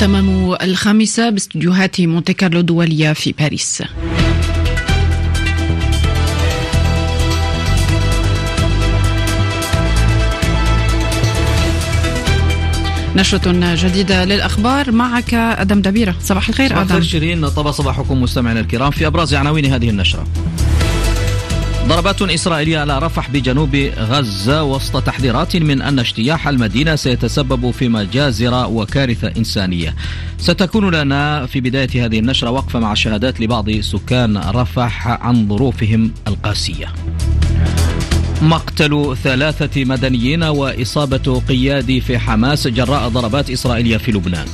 تمام 5 باستديوهات مونتي كارلو الدولية في باريس. نشرة جديدة للأخبار معك أدم دبيرة. صباح الخير أدم. صباح الخير شيرين، طاب صباحكم مستمعينا الكرام. في أبرز عناوين هذه النشرة: ضربات إسرائيلية على رفح بجنوب غزة وسط تحذيرات من أن اجتياح المدينة سيتسبب في مجازر وكارثة إنسانية. ستكون لنا في بداية هذه النشرة وقفة مع شهادات لبعض سكان رفح عن ظروفهم القاسية. مقتل 3 مدنيين وإصابة قيادي في حماس جراء ضربات إسرائيلية في لبنان.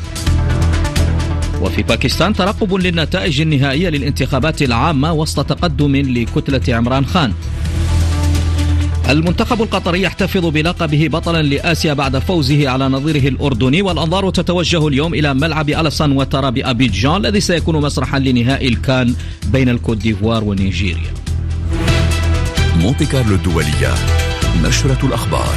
وفي باكستان ترقب للنتائج النهائية للانتخابات العامة وسط تقدم لكتلة عمران خان. المنتخب القطري يحتفظ بلقبه بطلا لآسيا بعد فوزه على نظيره الأردني، والأنظار تتوجه اليوم إلى ملعب ألسان وترى بأبيجان الذي سيكون مسرحا لنهائي الكان بين الكوت ديفوار ونيجيريا. مونتي كارلو الدولية، نشرة الأخبار.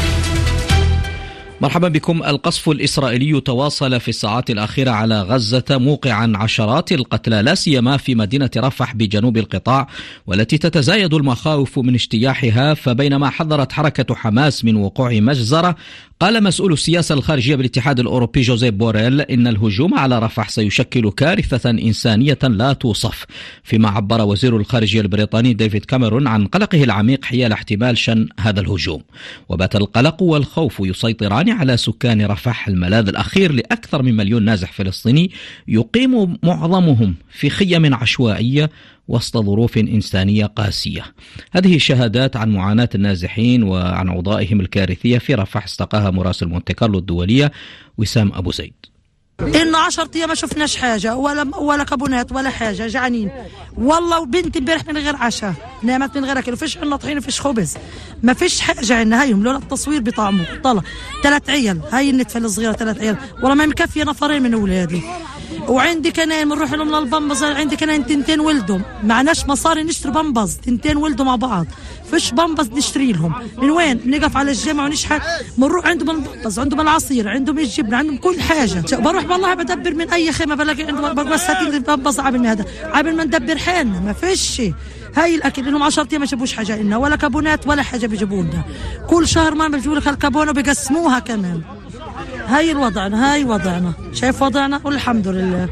مرحبا بكم. القصف الإسرائيلي تواصل في الساعات الأخيرة على غزة موقعا عشرات القتلى لا سيما في مدينة رفح بجنوب القطاع، والتي تتزايد المخاوف من اجتياحها. فبينما حذرت حركة حماس من وقوع مجزرة، قال مسؤول السياسة الخارجية بالاتحاد الأوروبي جوزيف بوريل إن الهجوم على رفح سيشكل كارثة إنسانية لا توصف، فيما عبر وزير الخارجية البريطاني ديفيد كاميرون عن قلقه العميق حيال احتمال شن هذا الهجوم. وبات القلق والخوف يسيطران على سكان رفح، الملاذ الأخير لأكثر من 1,000,000 نازح فلسطيني يقيم معظمهم في خيم عشوائية وسط ظروف إنسانية قاسية. هذه الشهادات عن معاناة النازحين وعن أوضاعهم الكارثية في رفح استقاها مراسل مونتي كارلو الدولية وسام أبو زيد. إنه 10 أيام ما شفناش حاجة ولا كابونات ولا حاجة، جعانين والله. وبنتي امبارح من غير عشاء نامت من غير أكل، وفيش عنا طحين وفيش خبز، ما فيش حاجة عنا. هايهم لولا التصوير بطعمه طلع 3 عيال، هاي النتفة الصغيرة 3 عيال والله ما مكفية نفرين من أولادي. وعندي كناين بنروح لهم للبمبز، عندي كناين 2 ولدهم، معناش مصاري نشتري بمبز، 2 ولدهم مع بعض، فيش بمبز نشتري لهم. من وين؟ نقف على الجامع ونشحت، بنروح عندهم البمبز، عندهم العصير، عندهم الجبن، عندهم كل حاجة. بروح والله بدبر من أي خيمة بلاقي عندهم بس هاتين البمبز عبل ما ندبر حالنا، ما فيش شيء. هاي الأكل لهم 10 أيام ما جابوش حاجة لنا، ولا كابونات ولا حاجة بيجيبوا لنا. كل شهر ما بيجيبوا لك الكابونة وبيقسموها كمان. هاي الوضعنا، هاي وضعنا، شايف وضعنا والحمد لله.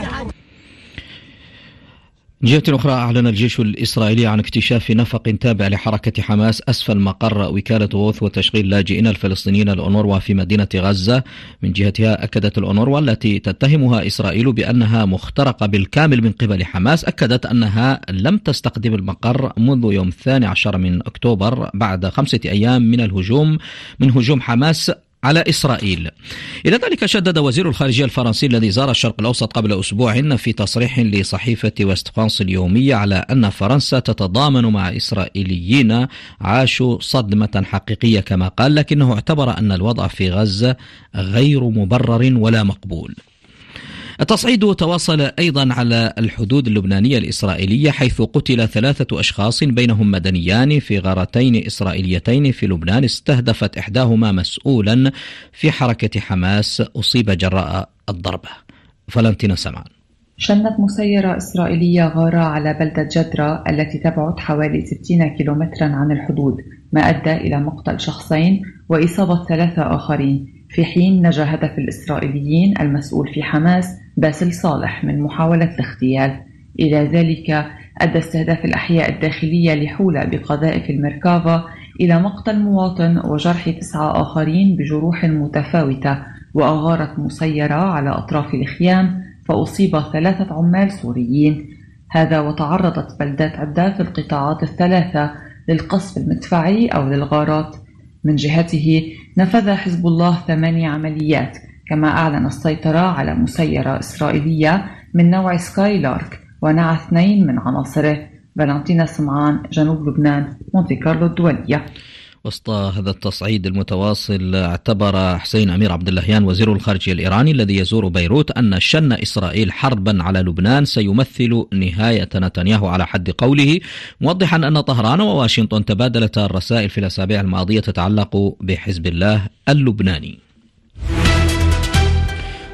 جهة أخرى، أعلن الجيش الإسرائيلي عن اكتشاف نفق تابع لحركة حماس أسفل مقر وكالة غوث وتشغيل لاجئين الفلسطينيين الأونروا في مدينة غزة. من جهتها أكدت الأونروا التي تتهمها إسرائيل بأنها مخترقة بالكامل من قبل حماس، أكدت أنها لم تستخدم المقر منذ يوم 12 من أكتوبر بعد 5 أيام من هجوم حماس على إسرائيل. إلى ذلك شدد وزير الخارجية الفرنسي الذي زار الشرق الأوسط قبل أسبوع في تصريح لصحيفة ويست فرانس اليومية على أن فرنسا تتضامن مع إسرائيليين عاشوا صدمة حقيقية كما قال، لكنه اعتبر أن الوضع في غزة غير مبرر ولا مقبول. التصعيد تواصل أيضا على الحدود اللبنانية الإسرائيلية، حيث قتل 3 أشخاص بينهم مدنيان في غارتين إسرائيليتين في لبنان استهدفت إحداهما مسؤولا في حركة حماس أصيب جراء الضربة. فلنتينا سمعان. شنت مسيرة إسرائيلية غارة على بلدة جدرة التي تبعد حوالي 60 كيلومترا عن الحدود، ما أدى إلى مقتل 2 شخصين وإصابة 3 آخرين، في حين نجا هدف الإسرائيليين المسؤول في حماس باسل صالح من محاولة الاغتيال. إلى ذلك أدى استهداف الأحياء الداخلية لحولة بقذائف الميركافا إلى مقتل مواطن وجرح 9 آخرين بجروح متفاوتة، وأغارت مسيرة على أطراف الخيام فأصيب 3 عمال سوريين. هذا وتعرضت بلدات عدة في القطاعات ال3 للقصف المدفعي أو للغارات. من جهته نفذ حزب الله 8 عمليات، كما أعلن السيطرة على مسيرة إسرائيلية من نوع سكاي لارك ونعى 2 من عناصره. فلنتينا سمعان، جنوب لبنان، مونتي كارلو الدولية. وسط هذا التصعيد المتواصل، اعتبر حسين أمير عبد اللهيان وزير الخارجية الإيراني الذي يزور بيروت أن شن إسرائيل حربا على لبنان سيمثل نهاية نتنياهو على حد قوله، موضحا أن طهران وواشنطن تبادلتا الرسائل في الأسابيع الماضية تتعلق بحزب الله اللبناني.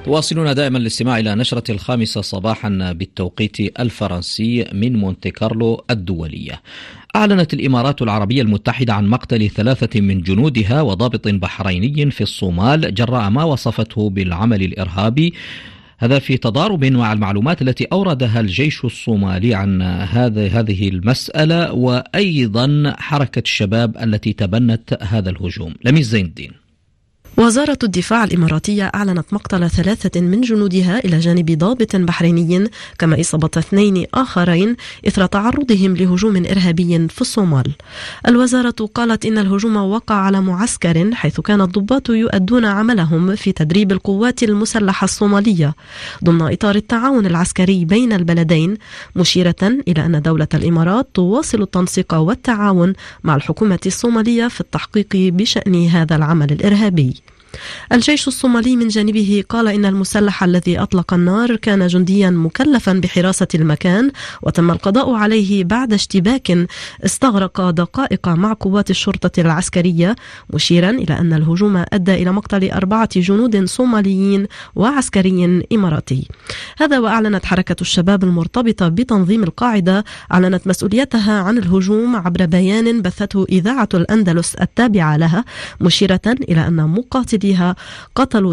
واصلون دائما الاستماع إلى نشرة 5 صباحا بالتوقيت الفرنسي من مونتي كارلو الدولية. أعلنت الإمارات العربية المتحدة عن مقتل 3 من جنودها وضابط بحريني في الصومال جراء ما وصفته بالعمل الإرهابي، هذا في تضارب مع المعلومات التي أوردها الجيش الصومالي عن هذه المسألة وأيضا حركة الشباب التي تبنت هذا الهجوم. لميس زين الدين. وزارة الدفاع الإماراتية أعلنت مقتل 3 من جنودها إلى جانب ضابط بحريني، كما إصابة 2 آخرين إثر تعرضهم لهجوم إرهابي في الصومال. الوزارة قالت إن الهجوم وقع على معسكر حيث كان الضباط يؤدون عملهم في تدريب القوات المسلحة الصومالية ضمن إطار التعاون العسكري بين البلدين، مشيرة إلى أن دولة الإمارات تواصل التنسيق والتعاون مع الحكومة الصومالية في التحقيق بشأن هذا العمل الإرهابي. الجيش الصومالي من جانبه قال إن المسلح الذي أطلق النار كان جنديا مكلفا بحراسة المكان وتم القضاء عليه بعد اشتباك استغرق دقائق مع قوات الشرطة العسكرية، مشيرا إلى أن الهجوم أدى إلى مقتل 4 جنود صوماليين وعسكري إماراتي. هذا وأعلنت حركة الشباب المرتبطة بتنظيم القاعدة أعلنت مسؤوليتها عن الهجوم عبر بيان بثته إذاعة الأندلس التابعة لها، مشيرة إلى أن مقاتليها قتلوا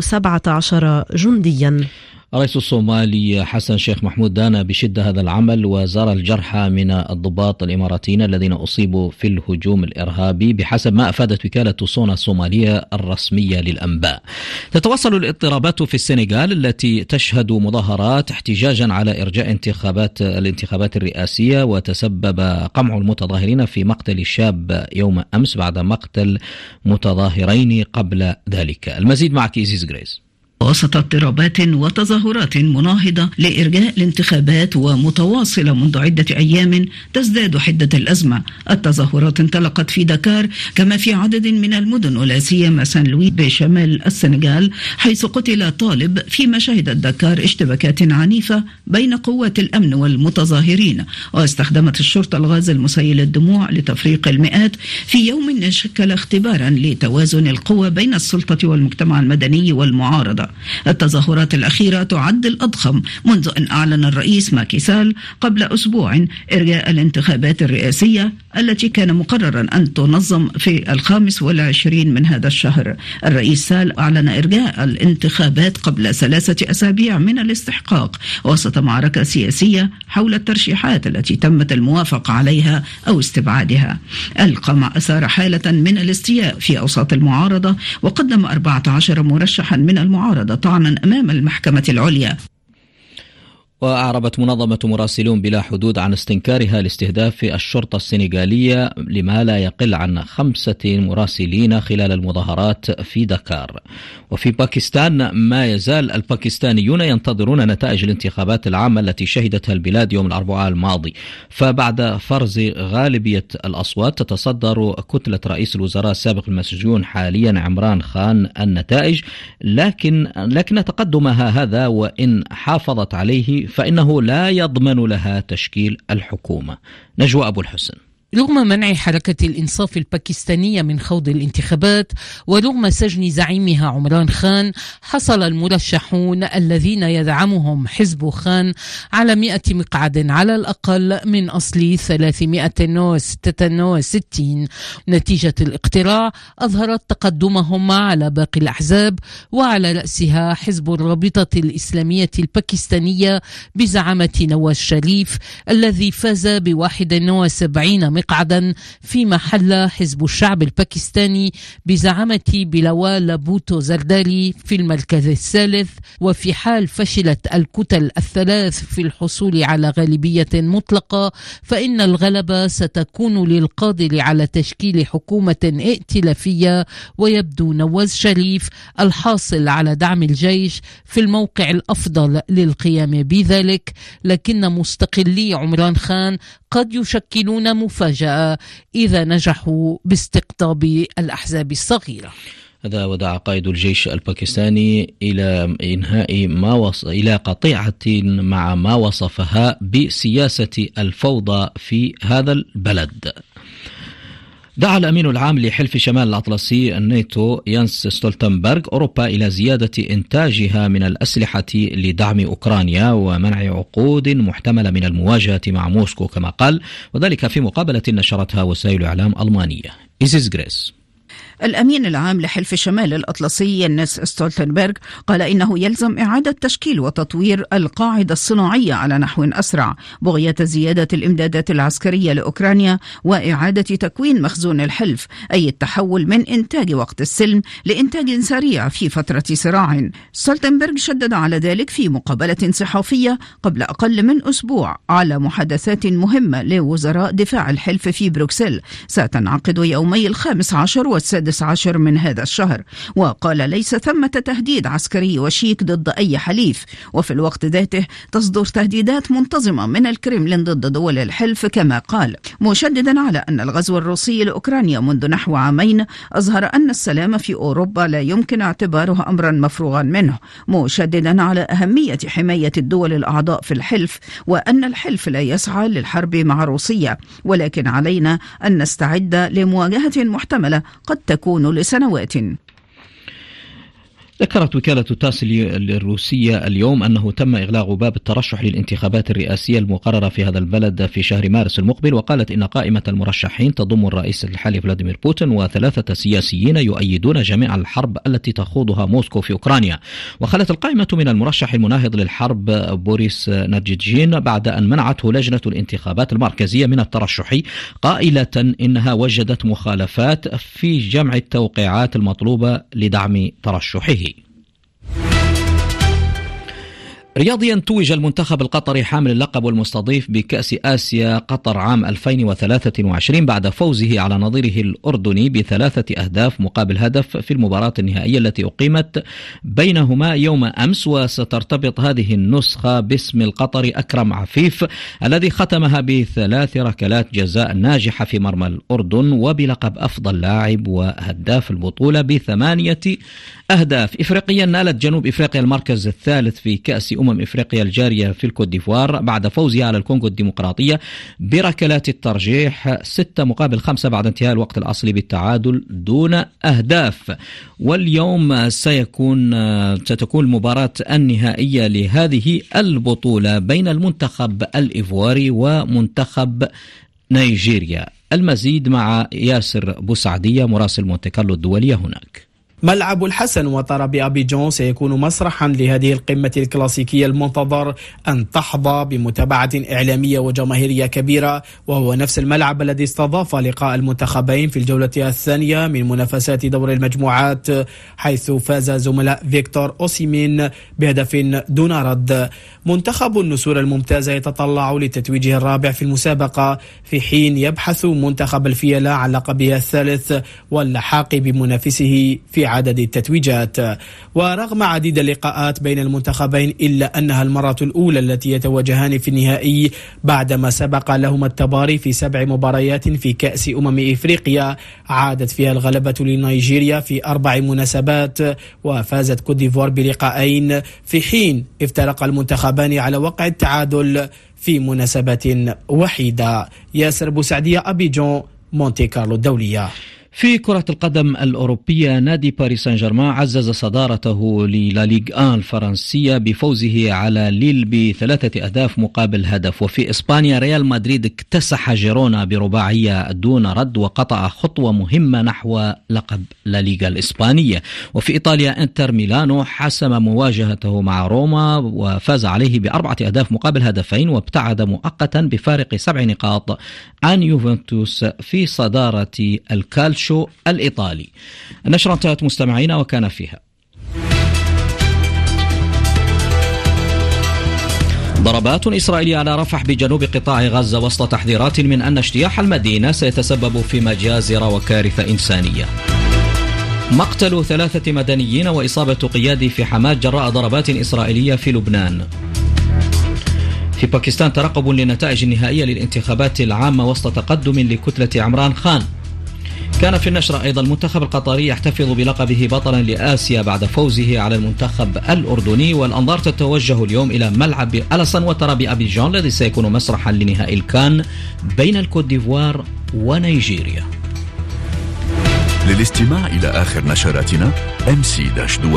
17 جنديا. الرئيس الصومالي حسن شيخ محمود دان بشدة هذا العمل وزار الجرحى من الضباط الإماراتيين الذين أصيبوا في الهجوم الإرهابي بحسب ما أفادت وكالة صونا الصومالية الرسمية للأنباء. تتواصل الاضطرابات في السنغال التي تشهد مظاهرات احتجاجا على إرجاء الانتخابات الرئاسية، وتسبب قمع المتظاهرين في مقتل شاب يوم أمس بعد مقتل متظاهرين قبل ذلك. المزيد معك إيزيز غريز. وسط اضطرابات وتظاهرات مناهضة لإرجاء الانتخابات ومتواصلة منذ عدة أيام تزداد حدة الأزمة. التظاهرات انطلقت في دكار كما في عدد من المدن ولا سيما سان لوي بشمال السنغال، حيث قتل طالب، فيما شهدت دكار اشتباكات عنيفة بين قوات الأمن والمتظاهرين، واستخدمت الشرطة الغاز المسيل الدموع لتفريق المئات في يوم شكل اختبارا لتوازن القوى بين السلطة والمجتمع المدني والمعارضة. التظاهرات الأخيرة تعد الأضخم منذ أن أعلن الرئيس ماكي سال قبل أسبوع إرجاء الانتخابات الرئاسية التي كان مقررا أن تنظم في 25 من هذا الشهر. الرئيس سال أعلن إرجاء الانتخابات قبل 3 أسابيع من الاستحقاق وسط معركة سياسية حول الترشيحات التي تمت الموافقة عليها أو استبعادها. القمع أثار حالة من الاستياء في أوساط المعارضة، وقدم 14 مرشحا من المعارضة طعنا أمام المحكمة العليا. وأعربت منظمة مراسلون بلا حدود عن استنكارها لاستهداف الشرطة السنغالية لما لا يقل عن 5 مراسلين خلال المظاهرات في دكار. وفي باكستان ما يزال الباكستانيون ينتظرون نتائج الانتخابات العامة التي شهدتها البلاد يوم الأربعاء الماضي، فبعد فرز غالبية الأصوات تتصدر كتلة رئيس الوزراء السابق المسجون حاليا عمران خان النتائج، لكن تقدمها هذا وإن حافظت عليه فإنه لا يضمن لها تشكيل الحكومة. نجوى أبو الحسن. رغم منع حركة الإنصاف الباكستانية من خوض الانتخابات ورغم سجن زعيمها عمران خان، حصل المرشحون الذين يدعمهم حزب خان على 100 مقعد على الأقل من أصل 366. نتيجة الاقتراع أظهرت تقدمهم على باقي الأحزاب، وعلى رأسها حزب الرابطة الإسلامية الباكستانية بزعامة نواز شريف الذي فاز ب71 مقعدا، فيما حل حزب الشعب الباكستاني بزعامة بلوال بوتو زرداري في المركز الثالث. وفي حال فشلت الكتل الثلاث في الحصول على غالبية مطلقة، فإن الغلبة ستكون للقادر على تشكيل حكومة ائتلافية، ويبدو نواز شريف الحاصل على دعم الجيش في الموقع الأفضل للقيام بذلك، لكن مستقلي عمران خان قد يشكلون مفاجأة إذا نجحوا باستقطاب الأحزاب الصغيرة. هذا ودعا قائد الجيش الباكستاني إلى إلى قطيعة مع ما وصفها بسياسة الفوضى في هذا البلد. دعا الأمين العام لحلف شمال الأطلسي الناتو يانس ستولتنبرغ أوروبا إلى زيادة إنتاجها من الأسلحة لدعم أوكرانيا ومنع عقود محتملة من المواجهة مع موسكو كما قال، وذلك في مقابلة نشرتها وسائل إعلام ألمانية. إيزيس غريس. الأمين العام لحلف شمال الأطلسي يانس ستولتنبرغ قال إنه يلزم إعادة تشكيل وتطوير القاعدة الصناعية على نحو أسرع بغية زيادة الإمدادات العسكرية لأوكرانيا وإعادة تكوين مخزون الحلف، أي التحول من إنتاج وقت السلم لإنتاج سريع في فترة صراع. ستولتنبرغ شدد على ذلك في مقابلة صحفية قبل أقل من أسبوع على محادثات مهمة لوزراء دفاع الحلف في بروكسل ستنعقد يومي 15 و16 من هذا الشهر، وقال ليس ثمة تهديد عسكري وشيك ضد أي حليف، وفي الوقت ذاته تصدر تهديدات منتظمة من الكرملين ضد دول الحلف كما قال، مشددا على أن الغزو الروسي لأوكرانيا منذ نحو عامين أظهر أن السلام في أوروبا لا يمكن اعتباره أمرا مفروغا منه، مشددا على أهمية حماية الدول الأعضاء في الحلف وأن الحلف لا يسعى للحرب مع روسيا، ولكن علينا أن نستعد لمواجهة محتملة قد تكون لسنوات. ذكرت وكالة تاس الروسية اليوم أنه تم إغلاق باب الترشح للانتخابات الرئاسية المقررة في هذا البلد في شهر مارس المقبل، وقالت إن قائمة المرشحين تضم الرئيس الحالي فلاديمير بوتين وثلاثة سياسيين يؤيدون جميع الحرب التي تخوضها موسكو في أوكرانيا. وخلت القائمة من المرشح المناهض للحرب بوريس نادجيتشين بعد أن منعته لجنة الانتخابات المركزية من الترشح، قائلة إنها وجدت مخالفات في جمع التوقيعات المطلوبة لدعم ترشحه. رياضيا، توج المنتخب القطري حامل اللقب والمستضيف بكأس آسيا قطر عام 2023 بعد فوزه على نظيره الأردني ب3 أهداف مقابل هدف في المباراة النهائية التي أقيمت بينهما يوم أمس، وسترتبط هذه النسخة باسم القطري أكرم عفيف الذي ختمها ب3 ركلات جزاء ناجحة في مرمى الأردن وبلقب أفضل لاعب وهداف البطولة ب8 أهداف. إفريقيا، نالت جنوب إفريقيا المركز الثالث في كأس إفريقيا الجارية في الكوت ديفوار بعد فوزها على الكونغو الديمقراطية بركلات الترجيح 6-5 بعد انتهاء الوقت الأصلي بالتعادل دون أهداف. واليوم ستكون المباراة النهائية لهذه البطولة بين المنتخب الإيفواري ومنتخب نيجيريا. المزيد مع ياسر بوسعدية مراسل مونتي كارلو الدولية هناك. ملعب الحسن وطر بأبيجان سيكون مسرحا لهذه القمة الكلاسيكية المنتظر أن تحظى بمتابعة إعلامية وجماهيرية كبيرة، وهو نفس الملعب الذي استضاف لقاء المنتخبين في الجولة الثانية من منافسات دور المجموعات، حيث فاز زملاء فيكتور أوسيمين بهدف دون رد. منتخب النسور الممتازة يتطلع لتتويجه الرابع في المسابقة، في حين يبحث منتخب الفيلا عن لقبه الثالث واللحاق بمنافسه في عدد التتويجات. ورغم عديد اللقاءات بين المنتخبين إلا أنها المرة الأولى التي يتواجهان في النهائي بعدما سبق لهما التباري في 7 مباريات في كأس إفريقيا عادت فيها الغلبة لنيجيريا في 4 مناسبات، وفازت كوت ديفوار بلقاءين، في حين افترق المنتخبان على وقع التعادل في مناسبة وحيدة. ياسر بوسعدية، أبيجان، مونتي كارلو الدولية. في كرة القدم الأوروبية، نادي باريس سان جيرمان عزز صدارته للا ليغ 1 الفرنسية بفوزه على ليل ب3 أهداف مقابل هدف. وفي إسبانيا، ريال مدريد اكتسح جيرونا برباعية دون رد وقطع خطوة مهمة نحو لقب لا ليغا الإسبانية. وفي إيطاليا، انتر ميلانو حسم مواجهته مع روما وفاز عليه ب4 أهداف مقابل هدفين، وابتعد مؤقتا بفارق 7 نقاط عن يوفنتوس في صدارة الكالشو الإيطالي. النشرة انتهت مستمعينا وكان فيها: ضربات إسرائيلية على رفح بجنوب قطاع غزة وسط تحذيرات من أن اجتياح المدينة سيتسبب في مجازر وكارثة إنسانية. مقتل 3 مدنيين وإصابة قيادي في حماة جراء ضربات إسرائيلية في لبنان. في باكستان، ترقب للنتائج النهائية للانتخابات العامة وسط تقدم لكتلة عمران خان. كان في النشرة أيضا المنتخب القطري يحتفظ بلقبه بطلا لآسيا بعد فوزه على المنتخب الأردني. والأنظار تتوجه اليوم إلى ملعب ألسان وترى بأبيجان الذي سيكون مسرحا لنهائي الكان بين الكوت ديفوار ونيجيريا. للاستماع إلى آخر نشراتنا mc-dualiya.com.